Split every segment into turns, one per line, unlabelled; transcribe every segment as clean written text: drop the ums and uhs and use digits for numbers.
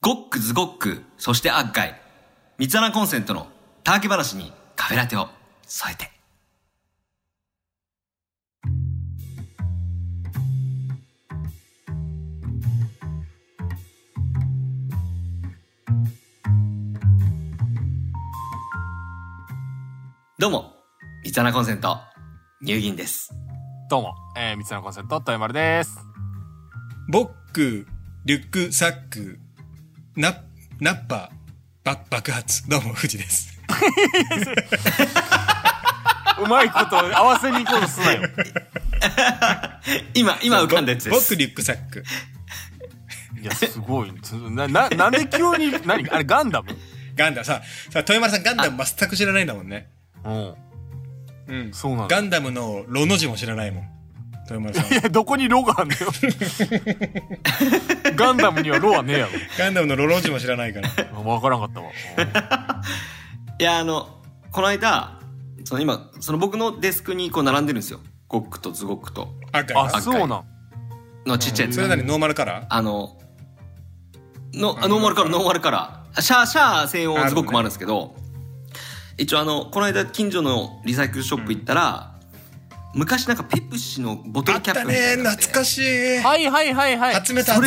ゴックズゴック、そしてアッガイ。三つ穴コンセントのたわけ話にカフェラテを添えて。どうも、三つ穴コンセント、ニューギンです。
どうも、三つ穴コンセント、豊丸です。
ボック、リュック、サック、ナッパ、爆発。どうも、藤です。
うまいこと合わせに行こうとすなよ。
今浮かんだやつです。
ボック、リュック、サック。
いや、すごい。なんで急に、あれガンダム
さ、豊丸さんガンダム全く知らないんだもんね。
うん。そうなんだ。
ガンダムのロの字も知らないもん。豊丸さん。
いや、どこにロがあんのよ。ガンダムにはロはねえやろ。
ガンダムのロの字も知らないから。
わからんかったわ。
いや、この間、今、僕のデスクにこう並んでるんですよ。ゴックとズゴックと。
あ、
そうなん。
のちっちゃいやつ。
それなにノーマルカラー？
ノーマルカラー。シャー専用ズゴックもあるんですけど、一応この間近所のリサイクルショップ行ったら、昔なんかペプシのボトルキャップみたいな。
あったね、懐かしい。
はい。
集めた。
集め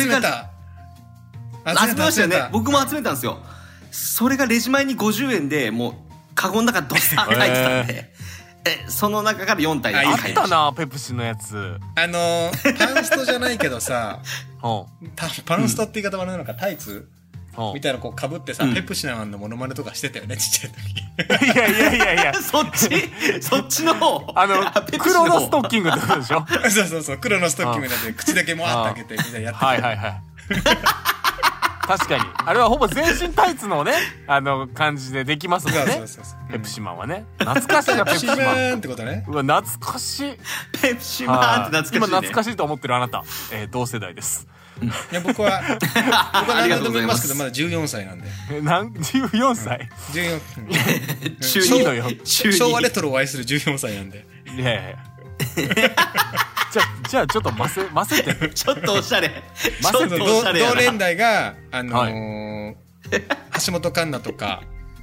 ましたよね。僕も集めたんですよ。それがレジ前に50円でもうカゴの中ドッサーって入ってたんで、その中から4体で
あったな、ペプシのやつ。
パンストじゃないけどさ、パンストって言い方もあるのか、タイツみたいなこう被ってさ、ペプシのモノマネとかしてたよね、ちっちゃい時。
いや。
そっちの方。
黒のストッキングってことでしょ？
そう、黒のストッキングなんで、口だけもあって開けてみたいなやってた。
はい。確かに。あれはほぼ全身タイツのね、感じでできますもんね。そう。ペプシマンはね。懐かしいな、ペプシマン
ってことね。
うわ、懐かしい。
ペプシマンって懐かしいね。
今懐かしいと思ってるあなた、同世代です。
いや、僕は何度でも言いますけど、まだ14歳なんで。
14歳
?14
中2のよ。
昭和レトロを愛する14歳なんで。
いや。じゃあちょっとませて。
ちょっとおしゃれ。
同年代が、橋本環奈とか、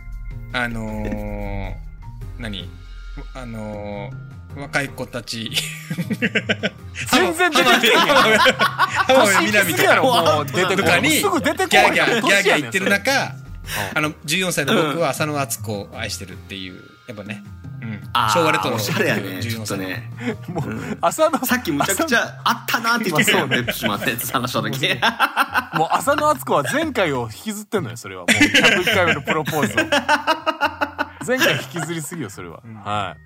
若い子たち。
全然出てきてんやん。
浜辺美波とか
もう出てこない。すぐ出てこない。
ギャー言ってる中、14歳の僕は浅野敦子を愛してるっていう、やっぱね。昭和レトロ
おしゃれやね。ちょっとね。
もうさっ
きむちゃくちゃあったなって言ってたよね。ペプシマンって話した時。
もう浅野敦子は前回を引きずってんのよ、それは。もう101回目のプロポーズを。前回引きずりすぎよ、それは。はい。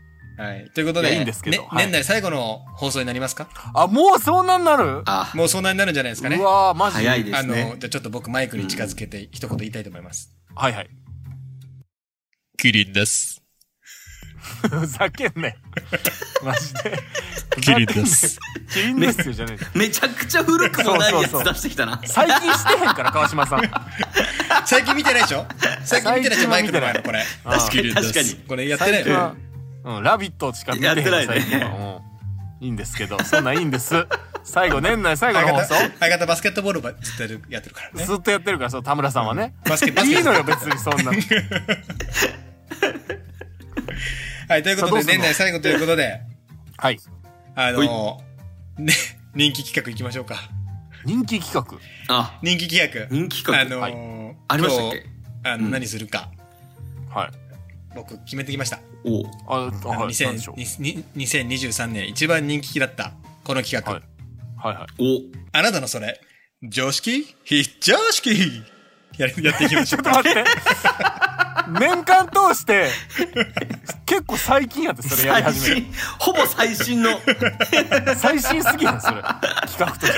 ということで、
いいんですけど。
年内最後の放送になりますか？
もうそんなになる？
もうそんなになるんじゃないですかね。
うわー、マジ
早いですね。
じゃあちょっと僕マイクに近づけて一言言いたいと思います。
はい。
キリンです。
ふざけんなよ。マジで。
キリンです。
キリンですよじゃねえ。
めちゃくちゃ古くもないやつ出してきたな。
最近してへんから、川島さん。
最近見てないでしょ？最近見てないでしょ、マイクの前のこれ。
確かに。
これやってないよ。
ラビットしか見てへん。
やってないね。
いいんですけど、そんなんいいんです。年内最後の放送。
相方バスケットボールずっとやってるからね。
ずっとやってるから、そう、田村さんはね。
い
いのよ、別にそんな。
はい、ということで、年内最後ということで。
はい。
人気企画いきましょうか。
人気企画？
人気企画。
ありましたっけ？
何するか。
はい。
僕、決めてきました。
2023
年一番人気だった、この企画。
はい。
あなたのそれ、常識？非常識！やっていきましょうか。
ちょっと待って。年間通して、結構最近やって、それやり始める。
ほぼ最新の。
最新すぎやん、それ。企画として。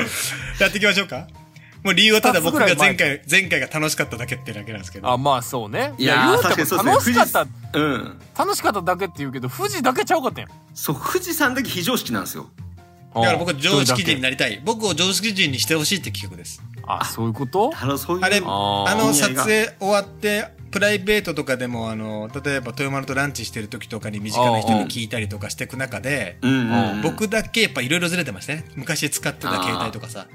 やっていきましょうか。もう理由はただ僕が前回が楽しかっただけってだけなんですけど。
まあそうね。
いや、確かにそうですね。
楽しかっただけって言うけど、富士だけちゃうかったやん。
そう、富士山だけ非常識なんですよ。
だから僕は常識人になりたい。僕を常識人にしてほしいって企画です。
そういうこと？
そういう。
あれ、撮影終わって、プライベートとかでも、例えば豊丸とランチしてる時とかに身近な人に聞いたりとかしていく中で、僕だけやっぱいろいろずれてましたね。昔使ってた携帯とかさ。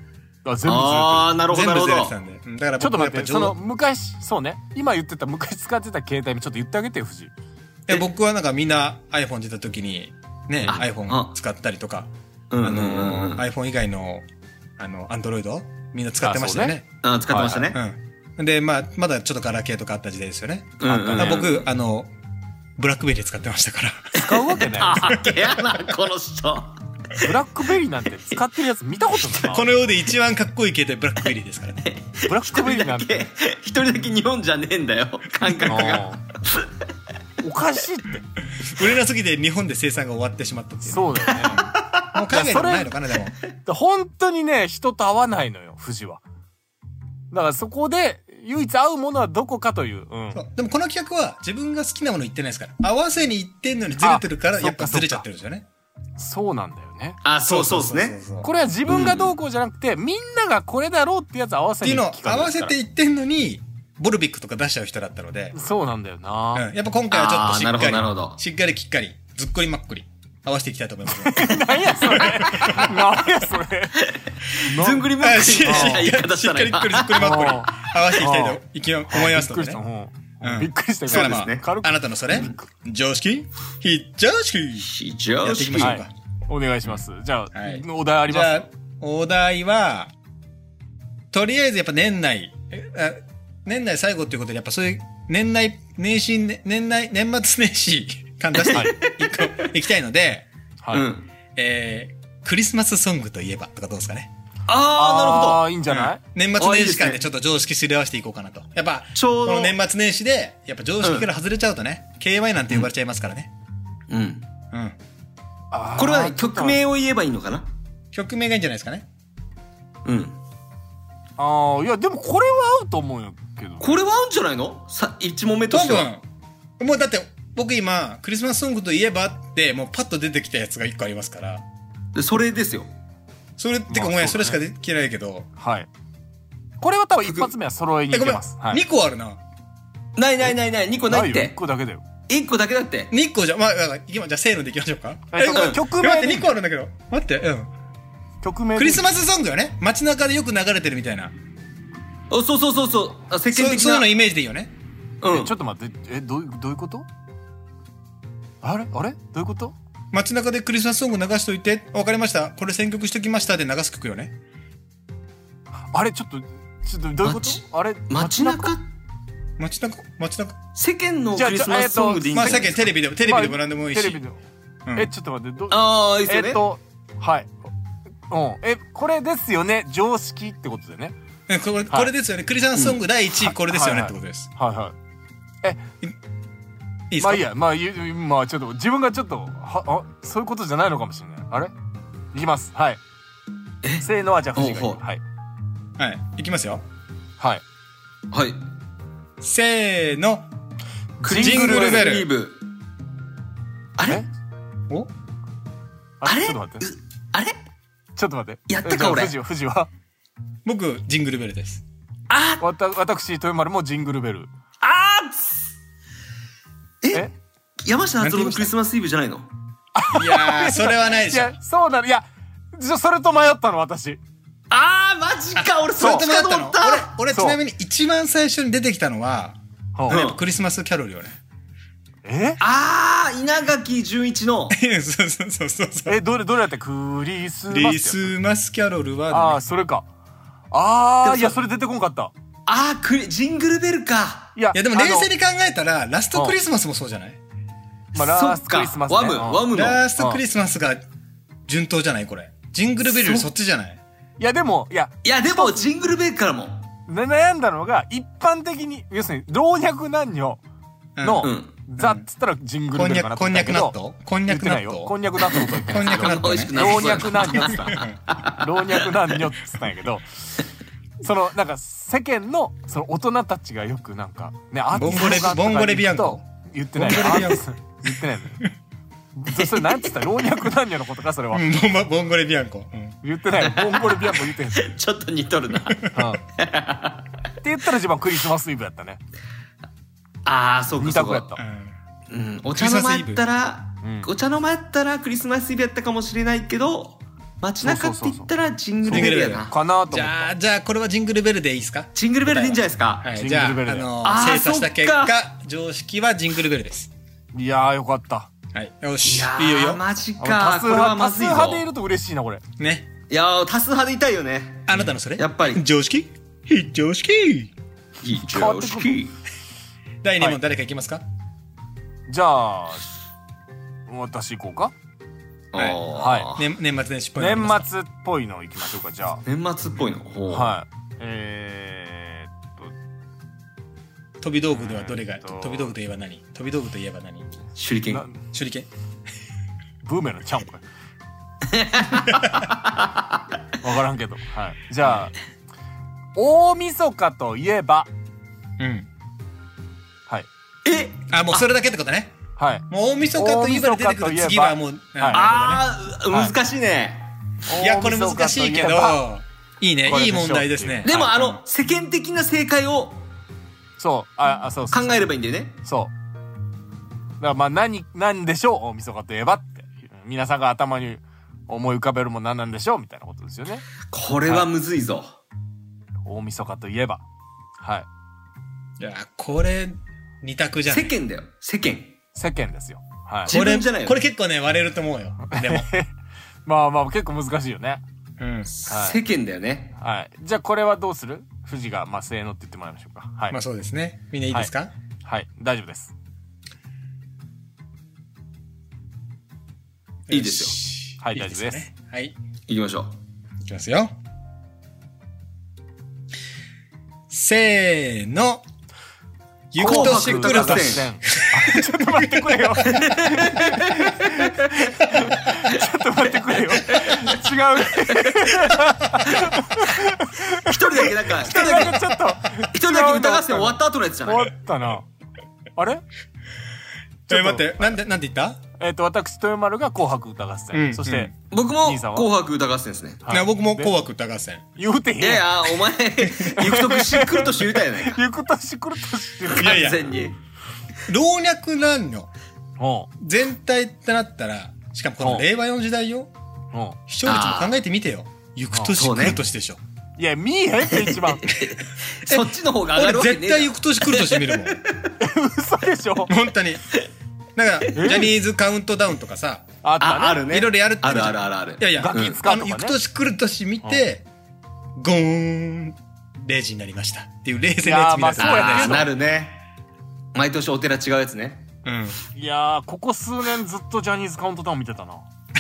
全部ずれてる。
ああ、なるほどなるほど。
全部ずれてたんで。だから
ちょっと待って、その昔、そうね、今言ってた昔使ってた携帯もちょっと言ってあげてよ、藤井。
僕はなんかみんな iPhone 出た時にね、iPhone 使ったりとか、iPhone 以外のAndroid みんな使ってましたよね。
使ってましたね。
で、まだちょっとガラケーとかあった時代ですよね。僕、ブラックベリー使ってましたから。
使うわけない
よ。やな、この人。
ブラックベリーなんて使ってるやつ見たことない。
この世で一番かっこいい携帯ブラックベリーですからね。
ブラックベリーなんて
一人だけ日本じゃねえんだよ、感覚が。
おかしいって。
売れなすぎて日本で生産が終わってしまったっていう。
そうだよね。
もう海外でもないのかな、でも。
本当にね、人と合わないのよ、富士は。だからそこで唯一合うものはどこかという。
でもこの企画は自分が好きなもの言ってないですから。合わせに言ってんのにずれてるからやっぱずれちゃってるんですよね。
そうなんだよね。
そうですね。
これは自分がどうこうじゃなくて、みんながこれだろうってやつ合わせに聞かれるから。
っていうのを合わせて言ってんのに、ボルビックとか出しちゃう人だったので。
そうなんだよな。
やっぱ今回はちょっとしっか
り、
しっかりきっかり、ずっこりまっくり、合わせていきたいと思います。
何やそれ。何やそれ。
ずんぐりまっくり。
しっかりずっこりまっくり、合わせていきたいと思いますのでね。
びっくりした。
そうですね。あなたのそれ常識非常識やっていきましょうか。
お願いします。じゃあ、お題あります？じゃあ、
お題は、とりあえずやっぱ年内最後っていうことで、やっぱそういう年末年始感出していきたいので、クリスマスソングといえばとかどうですかね。
なるほど。
いいんじゃない？
年末年始間でちょっと常識すり合わせていこうかなと。やっぱ、この年末年始で、やっぱ常識から外れちゃうとね、KY なんて呼ばれちゃいますからね。
これは曲名を言えばいいのかな？
曲名がいいんじゃないですかね。
いや、でもこれは合うと思うよけど。
これは合うんじゃないの？1問目としては。
もうだって、僕今、クリスマスソングといえばって、もうパッと出てきたやつが1個ありますから。
それですよ。
それってか、ごめん、それしかできないけど。
はい。これは多分一発目は揃いにいけます。
2個あるな。
ない。2個ないって。
1個だけだよ。
1個だけだって。
2個じゃ、じゃあせーのでいきましょうか。
曲名。
待って、2個あるんだけど。待って、
曲名。
クリスマスソングよね。街中でよく流れてるみたいな。
そう。世間的な。
そういうのイメージでいいよね。
ちょっと待って、どういうこと？あれどういうこと？
街中でクリスマスソング流しといて、わかりました。これ選曲しときましたで流す曲よね。
あれちょっとどういうこと？あれ
街中世間のクリスマスソングでいいんですか？
世間テレビでも何でもいいし。
テレビでも。ちょっと待って。
いいですよね。
はい。これですよね。常識ってことでね。
これですよね。クリスマスソング第1位これですよねってことです。いいですか？
まあちょっと自分がちょっとそういうことじゃないのかもしれない。あれ？いきます。はい。せーのはじゃあ藤井が言う。はい。
いきますよ。
はい。
せーの。
ジングルベル。あれ？
あれ？ちょっと待って。
あれ？
ちょっと待って。
やったか俺。
藤井は？
僕ジングルベルです。
私豊丸もジングルベル。
山下達郎のクリスマスイブじゃないの？
いやー、それはないでしょ。
いや、そうなの。いや、それと迷ったの、私。
マジか。俺そっちかと思った。
俺ちなみに一番最初に出てきたのはクリスマスキャロルよね。
稲
垣潤一の。
そう。
どれだってクリス
マスキャロルは。
それか。いや、それ出てこんかった。
ジングルベルか。
いや、でも冷静に考えたら、ラストクリスマスもそうじゃない？
ラストクリスマスね。
ワムの。
ラストクリスマスが順当じゃないこれ。ジングルベルよりそっちじゃない？
いや、でも、
でも、ジングルベルからも。
悩んだのが、一般的に、要するに、老若男女の、ザっつったらジングルベルかな。
こんにゃく納豆
こんにゃく納豆と言って老若男女っつった。老若男女っつったんやけど、なんか、世間の、大人たちがよくなんか、ね、
ボンゴレビアンコ
言ってない。言ってないの。それなんつった老若男女のことか、それは。
ボンゴレビアンコ。
言ってない。ボンゴレビアンコ言ってへん。
ちょっと似とるな。って
言ったら自分クリスマスイブやったね。
そうか。
二択やった。
お茶の間やったらクリスマスイブやったかもしれないけど、 街中って言ったらジングルベルやな。
かなと思った。
じゃあこれはジングルベルでいいですか？
ジングルベルでいいんじゃないですか。
はい、じゃあ精査した結果常識はジングルベルです。
いやーよかった。
はい、よし、いいよ。
マジか。これはまずいぞ。
多数派でいると嬉しいなこれ。
ね。
いやー多数派でいたいよね。
あなたのそれ？
やっぱり
常識？非常識。
非常識。
第2問誰かいきますか？
じゃあ私行こうか。
はい。年末年始っぽいの。
年末っぽいの行きましょうか。じゃあ
年末っぽいの。
はい。
飛び道具ではどれが飛び道具といえば何？飛び道具といえば何？
手裏剣。
手裏剣。
ブーメランちゃうんかい。わからんけど。はい。じゃあ大晦日といえば。はい。
もうそれだけってことね。
はい。
もう大晦日といえば出てくる次はもう。
難しいね。
いやこれ難しいけどいいね、いい問題ですね。
でも世間的な正解をそう考えればいいんだよね。
そうだからまあ何でしょう大晦日といえばって皆さんが頭に思い浮かべるもん何なんでしょうみたいなことですよね。
これはむずいぞ。
大晦日といえば
いやこれ2択じゃん。
世間だよ。世間
ですよ。はい。
自分じゃないよ。
これ結構ね割れると思うよ。でも
まあ結構難しいよね。
世間だよね。
はい。じゃあこれはどうする？富士がせーのって言ってもらいましょうか。はい。
まあそうですね。みんないいですか？
はい、大丈夫です。
いいです
よ。はい、大丈夫です。
はい。
行きましょう。
いきますよ。せーの。ゆく年来る年。
ちょっと待ってくれよ。ちょっと待ってくれよ。違う。
一人だけなんか、一人だけ歌合戦終わった後のやつじゃない？
終わったな。あれ？
待って、なんて言った？
私豊丸が紅白歌合戦。そして
僕も紅白歌合戦ですね。
僕も紅白歌合戦。
言うてへん。
いやお前行く年来る年言うたやないか。
行く年来る年って
完全に。
老若男女全体ってなったら、しかもこの令和4時代よ。視聴率も考えてみてよ。行く年来る年でしょ。
いや見えへんって一番。
そっちの方が上がるわけねえ。
絶対行く年来る年見るもん。
嘘でしょ。
本当に。なんかジャニーズカウントダウンとかさ、
あるね。
いろいろやるって。
ある。
いやいや、
ガキ使うとかね。
行く年来る年見て、ゴーン0時になりましたっていう冷静なやつ見た
らなるね。毎年お寺違うやつね。
いやここ数年ずっとジャニーズカウントダウン見てたな。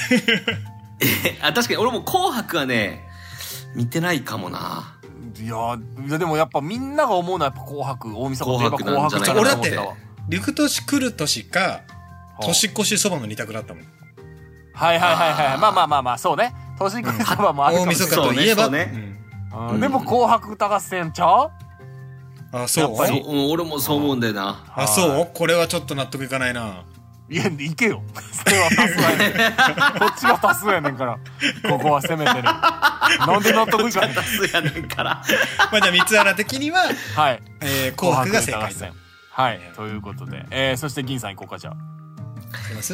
確かに俺も紅白はね見てないかもな。
いやでもやっぱみんなが思うのはやっぱ紅白大晦日といえば紅白じゃない
俺だって行く年来る年か年越しそばの2択だったもん。
はいまあそうね。年越しそばもあるかもしれない。
大晦日といえば
ね。でも紅白歌合戦ちゃう？
そう。
俺もそう思うんだよな。
そう？これはちょっと納得いかないな。
いや行けよ。それは多数やねん。こっちが多数やねんから。ここは攻めてる。なんで納得いかない？
多数やねんから。
まあじゃあ三つ穴的には
はい
紅白が正解。
はいということでそして銀さん行こうかじゃあ。
いきます？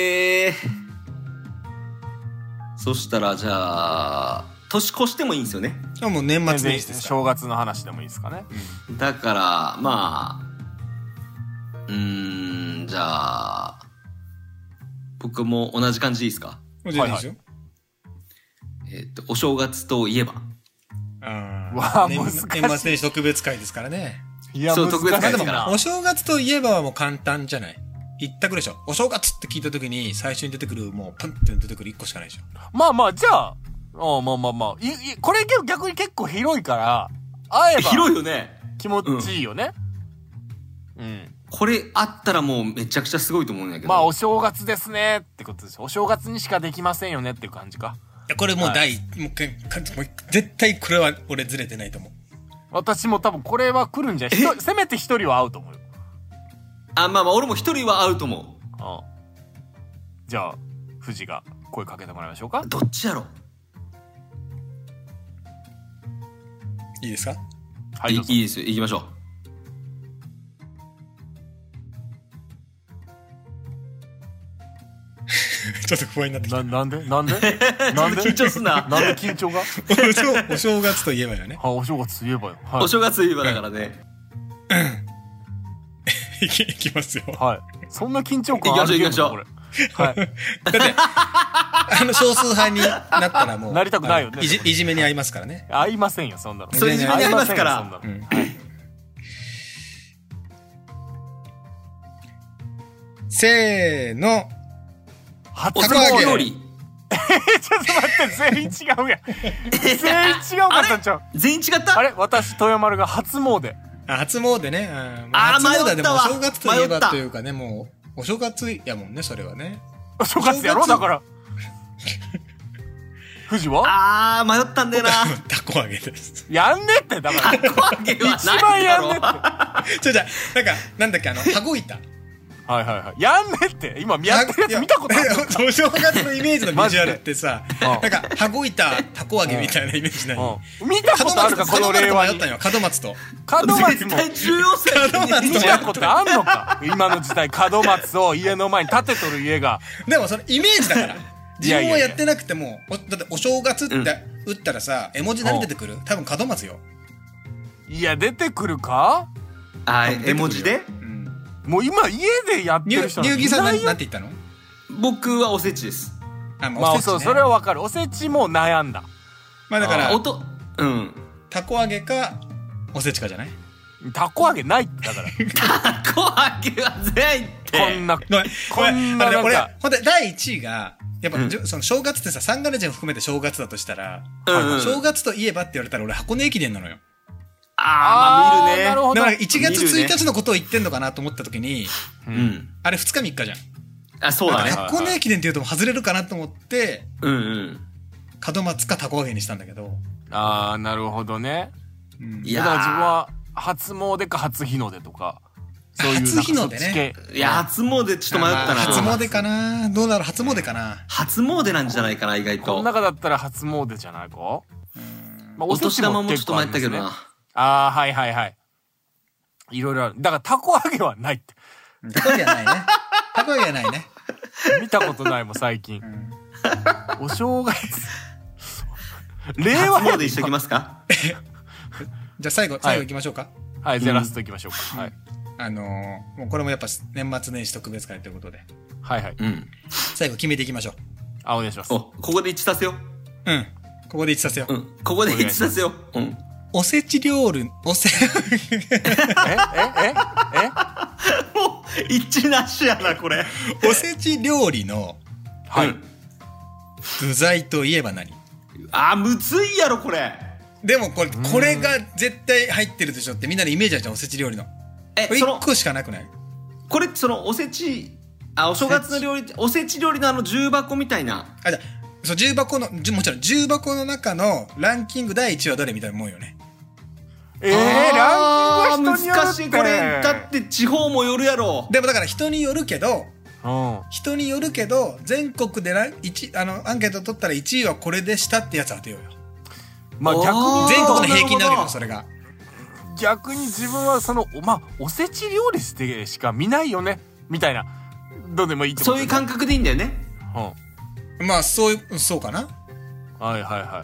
そしたらじゃあ年越してもいいんですよね。
もう年末年始ですから。
正月の話でもいいですかね。
だからまあじゃあ僕も同じ感じでいいですか？
いいですよ。
お正月といえば。
年末年始特別会ですからね。
いや
そう特別会ですから。
お正月といえばはもう簡単じゃない。一択でしょ。お正月って聞いた時に最初に出てくるもうパンって出てくる1個しかないでしょ。
まあじゃあまあこれ逆に結構広いから会えば
広いよね。
気持ちいいよね。
これあったらもうめちゃくちゃすごいと思うんだけど。
まあお正月ですねってことですよ。お正月にしかできませんよねっていう感じか。
いやこれもうもう絶対これは俺ずれてないと思う。
私も多分これは来るんじゃせめて一人は会うと思うよ。
まあ俺も一人は会うと思う。
じゃあ富士が声かけてもらいましょうか。
どっちやろ。
いいですか？
はい、いいですよ。行きましょう。
ちょっと不安になってきた。
なんで
緊張すんな。
なんで緊張が
お正月といえばよね。
お正月といえばよ。
お正月といえばだからね。
いきますよ。
はい。そんな緊張感ある
行きましょう。
これ。はい。
だって、少数派になったらもう。
なりたくないよね。
いじめに遭いますからね。
合いませんよ、そんなの。
それいじめに遭いますから。
せーの。
おせち料理。
ちょっと待って、全員違うやん。全員違うかったんちゃう。
全員違った？
あれ私、豊丸が初詣。
初詣ね。初詣はでもお正月といえばというかね、もう、お正月やもんね、それはね。
お正月やろだから。富士は
迷ったんだよな。
たこ揚げです。
やんねってだから。
たこ揚げは
一番やんねって。
じゃなんだっけ、羽子板。
はいはいはい。やんねって。今やってるやつ見たことある。
お正月のイメージのビジュアルってさ、なんか、羽子板、たこ揚げみたいなイメージない？
見たことあるか、この令和に。
門松と。
門松も。
絶対重要性
見たことあんのか今の時代、門松を家の前に建てとる家が。
でもそのイメージだから。自分はやってなくても、だってお正月って打ったらさ、絵文字何出てくる？多分門松よ。
いや、出てくるか？
絵文字で？
もう今家でやってる人
ニューギーさんなんて言ったの？
僕はおせちです。
まあそう、それはわかる。おせちも悩んだ。
まあだから、たこ揚げか、おせちかじゃない？
たこ揚げないってだから。
たこ揚げはないって。
こんな
俺、ほんで、第1位が、やっぱ、その正月ってさ、三が日も含めて正月だとしたら、正月といえばって言われたら俺箱根駅伝なのよ。
まあ見るね。
なるほど。
だから1月1日のことを言ってんのかなと思った時に、あれ2日3日じゃん。
そうだね。
箱根駅伝って言うと外れるかなと思って、門松かたこ揚げにしたんだけど。
なるほどね。
いや、
だから自分は初詣か初日の出とか。そういう
初日の出ね。
いや、初詣ちょっと迷ったな。
初詣かな？どうだろう？初詣かな？
初詣なんじゃないかな、意外と。
この中だったら初詣じゃないか？
お年玉もちょっと迷ったけどな。
はいはいはい。いろいろある。だから、たこ揚げはないって。
たこ揚げはないね。たこ揚げはないね。
見たことないもん、最近。お正月。令和
初詣一緒きますか？
じゃあ最後行きましょうか。
はい、じゃあラスト行きましょうか。はい。
もうこれもやっぱ年末年始特別会ということで。
はいはい。
最後決めていきましょう。
お願いします。
ここで一致させよう。
ここで一致させよう。
ここで一致させよう。
おせち料理、もう
一致なしやな、これ。
おせち料理の、具材といえば何？
むずいやろ、これ。
でもこれが絶対入ってるでしょってみんなのイメージあるじゃん、おせち料理の。これ1個しかなくない？
これ、おせち、お正月の料理、おせち料理の重箱みたいな。
じゃそう、重箱の、もちろん重箱の中のランキング第1位はどれみたいなもんよね。
ランキングは人によるって。
難しい、これ。だって地方もよるやろ。
でもだから人によるけど、全国でアンケート取ったら1位はこれでしたってやつ当てようよ。
まあ逆に
全国の平均なわけだ、それが。
逆に自分はおせち料理してしか見ないよねみたいな、どうでもいいってことね。
そういう感覚でいいんだよね。
まあそうかな。
はいはいはい。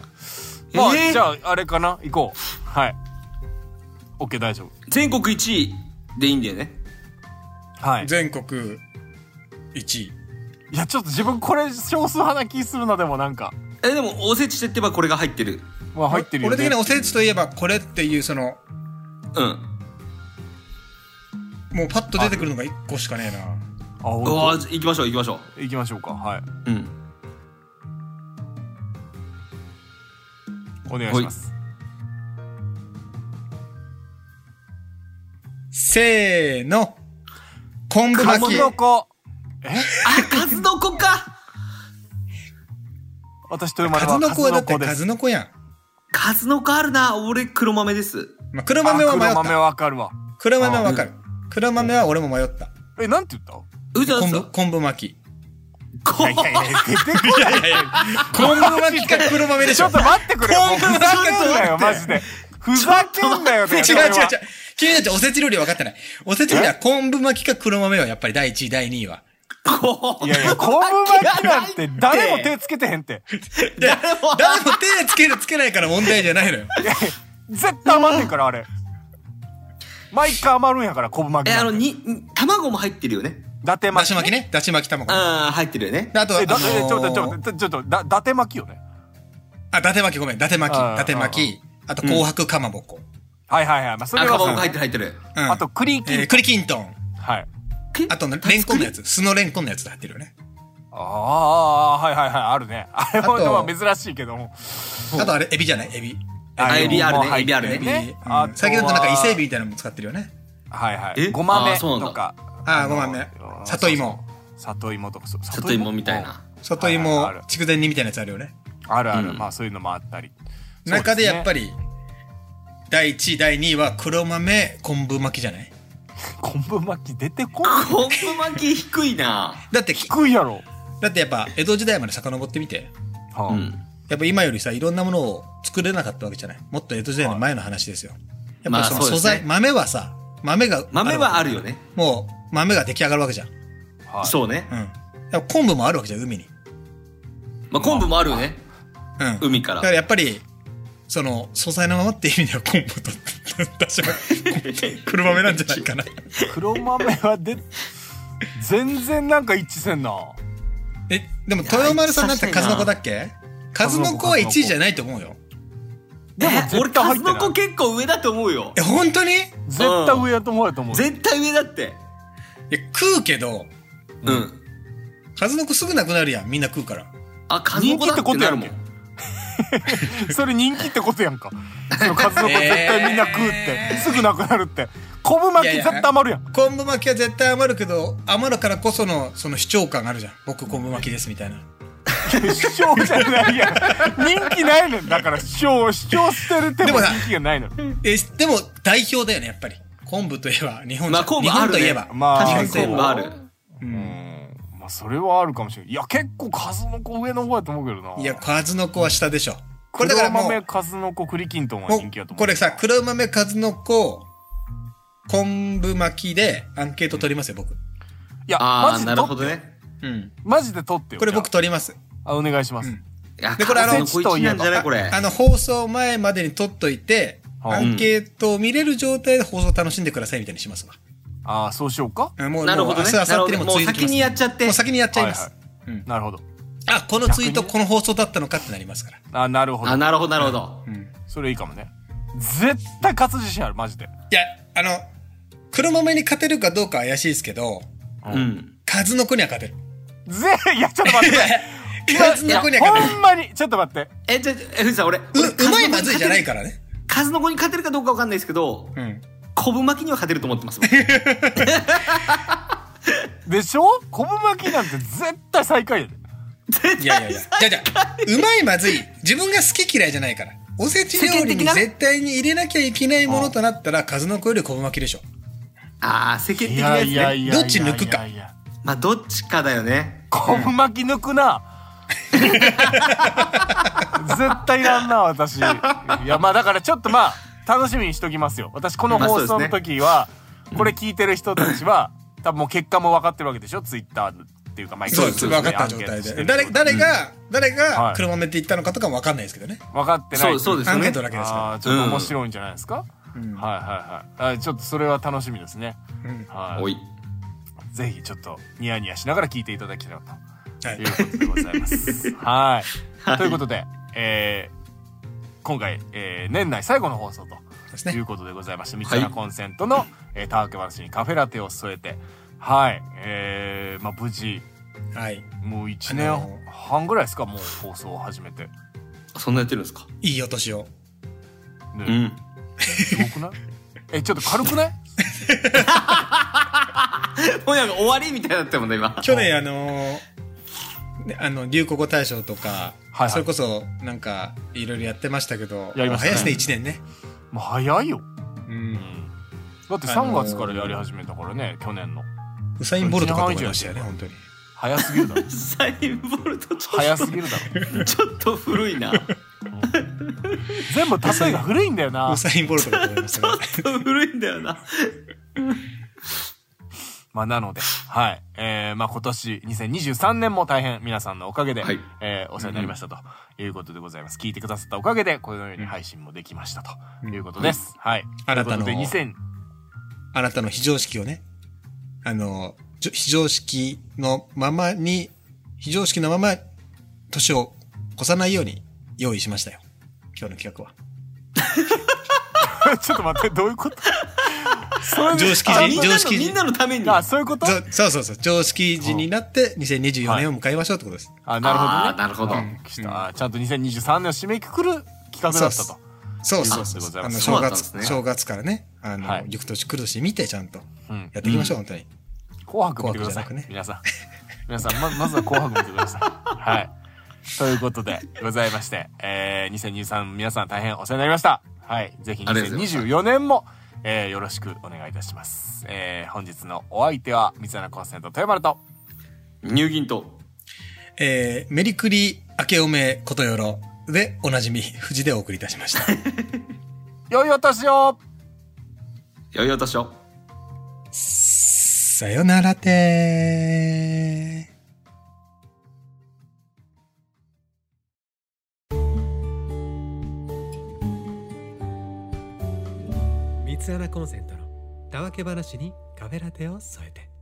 まあじゃああれかな、行こう。はい。OK、大丈夫。
全国1位でいいんだよね。
はい。
全国1位。
いやちょっと自分これ少数派な気するな。でもなんか。
でもおせちって言えばこれが入ってる。
まあ入ってるよね。
俺的におせちといえばこれっていうもうパッと出てくるのが1個しかねえな。
行きましょう行きましょう
か。はい。お願いします。
せーの。昆布巻き。
数の子。
数の子か。
私と生まれは
数の子はだって数の子やん。
数の子あるな。俺黒豆です。
黒豆は迷った。
黒豆わかるわ。
黒豆はわかる。黒豆は俺も迷った。
なんて言った？
昆布巻き。
いや出てこない。
昆布巻きか黒豆でしょ。
ちょっと待ってくれよ。ふざけんなよ、マジで。ふざけんなよ、
違う。君たちおせち料理分かってない。おせち料理は昆布巻きか黒豆はやっぱり第1位、第2位は。
いやいや、昆布巻きなんて誰も手つけてへんって。
誰も手つけるつけないから問題じゃないのよ。
絶対余んねんから、あれ。毎回余るんやから、昆布巻き。
卵も入ってるよね。
伊達巻きね。だし巻き卵。
ああ、入ってるよね。
あと、ちょっと、伊達巻きよね。
あ、伊達巻きごめん。伊達巻き。あと、紅白かまぼこ。
はいはいはい。まあ、それは。
かまぼこ入ってる。
あと、栗き
んとん。はい。あと、レンコンのやつ。酢のレンコンのやつで入ってるよね。
ああ、はいはいはい。あるね。あれも珍しいけども。
あと、あれ、エビじゃない？エビ。
エビあるね。エビあるね。
最近だとなんか伊勢エビみたいなのも使ってるよね。
はいはい。ごまめとか。
ごまめ。里芋
とか。
里芋みたいな。
里芋、筑前煮みたいなやつあるよね。
あるある。まあそういうのもあったり。
中でやっぱり、第1位、第2位は黒豆昆布巻きじゃない？
昆布巻き出てこ
ん。昆布巻き低いな。
だって
低いやろ。
だってやっぱ江戸時代まで遡ってみて。やっぱ今よりさ、いろんなものを作れなかったわけじゃない。もっと江戸時代の前の話ですよ。やっぱその素材、豆はさ、豆
はあるよね。
もう豆が出来上がるわけじゃん。
そうね。
昆布もあるわけじゃん、海に。
まあ昆布もあるよね。海から。
だからやっぱり、その素材のままっていう意味では昆布と私は黒豆なんじゃないかな。
黒豆は全然なんか一致せんな。
でも豊丸さんなんて数の子だっけ？数の子は1位じゃないと思うよ。
でも俺数の子結構上だと思うよ。
本当に？
絶対上だと思うよと思う。
絶対上だって。
食うけど、数の子すぐなくなるやん。みんな食うから。
人気ってことやるもん。それ人気ってことやんか。その数の子絶対みんな食うってすぐなくなるって。昆布巻き絶対余るやん。
昆布巻きは絶対余るけど、余るからこそのその主張感があるじゃん。僕昆布巻きですみたいな。
主張じゃないやん。人気ないねん。だから主張してるっても人気がないの。
でも代表だよねやっぱり。昆布といえば日本じゃん。
昆布あるね。
日本といえば。
確かに昆布ある。
まあそれはあるかもしれない。いや結構数の子上の方やと思うけどな。
いや数の子は下でしょ。
これだからもう黒豆数の子栗きんとんは人気やと思う。
これさ黒豆数の子昆布巻きでアンケート取りますよ僕。い
やマジで
なるほどね。
マジで取ってよ。
これ僕取ります。
お願いします。
でこれ
放送前までに取っといてアンケートを見れる状態で放送楽しんでくださいみたいにします
わ。そうしようか。
もう明日明後日にも
う先にやっちゃって。
もう先にやっちゃいます。
なるほど。
このツイートこの放送だったのかってなりますから。
なるほど。
なるほど。
それいいかもね。絶対勝つ自信あるマジで。
いや黒豆に勝てるかどうかは怪しいですけど、数の子には勝てる。
いやちょっと待って。
数の子には勝てる。
ほんまにちょっと待って。
藤さん俺う
まいまずいじゃないからね。
数の子に勝てるかどうかわかんないですけど、昆布巻きには勝てると思ってます。
でしょ？昆布巻きなんて絶対最下位やで。
いやじゃうまいまずい自分が好き嫌いじゃないから。おせち料理に絶対に入れなきゃいけないものとなったら数の子より昆布巻きでしょ。
世間的なやつね。
どっち抜くか。
まあどっちかだよね。
昆布巻き抜くな。絶対いらんな私。いやまあだからちょっとまあ楽しみにしときますよ。私この放送の時はこれ聞いてる人たちは多分もう結果も分かってるわけでしょ。ツイッターっていうか毎
回分かった状態で誰が黒豆って言ったのかとかも分かんないですけどね。
分かってない。
そうですね。
アンケートだけですから。
ちょっと面白いんじゃないですか。はいちょっとそれは楽しみですね。ぜひちょっとニヤニヤしながら聞いていただきたいということでございます。ということで今回年内最後の放送ということでございまして、三つ穴コンセントのたわけ話にカフェラテを添えて無事もう1年半ぐらいですか、もう放送を始めて。
そんなやってるんですか。
いいお年を。
すごくない？ちょっと軽くない？
もうなんか終わりみたいになったもんね今。
去年流行語大賞とか、それこそなんかいろいろやってましたけど、早いですね1年ね。
もう早いよ。だって3月からやり始めたからね、去年の。
ウサインボルトかと思いましたよね本当に。
早すぎるだろ。
ウサインボルト
早すぎるだろ。
ちょっと古いな。
全部例えが古いんだよな。
ウサインボルトかと思いました。
ちょっと古いんだよな。
まあなので、はい。まあ今年2023年も大変皆さんのおかげで、はい、お世話になりましたということでございます。聞いてくださったおかげで、このように配信もできましたということです。はい。
あなたの非常識をね、非常識のまま、年を越さないように用意しましたよ。今日の企画は。
ちょっと待って、どういうこと
常識人
みんなのために。
あ、そういうこと？
そう。常識人になって2024年を迎えましょうってことです。
あ、なるほどね。
なるほど。
ちゃんと2023年を締めくくる企画だったと。
そう。正月からね、翌年来るし見てちゃんとやっていきましょう、本当に。
紅白見てください。皆さん、まずは紅白見てください。はい。ということでございまして、2023皆さん大変お世話になりました。はい。ぜひ2024年もよろしくお願いいたします。本日のお相手は三つ穴コンセント豊丸と
乳銀と
メリクリ明けおめことよろでおなじみ藤でお送りいたしました。
良いお年を。
良いお年を。
さよならてー。
三つ穴コンセントのたわけ話にカフェラテを添えて。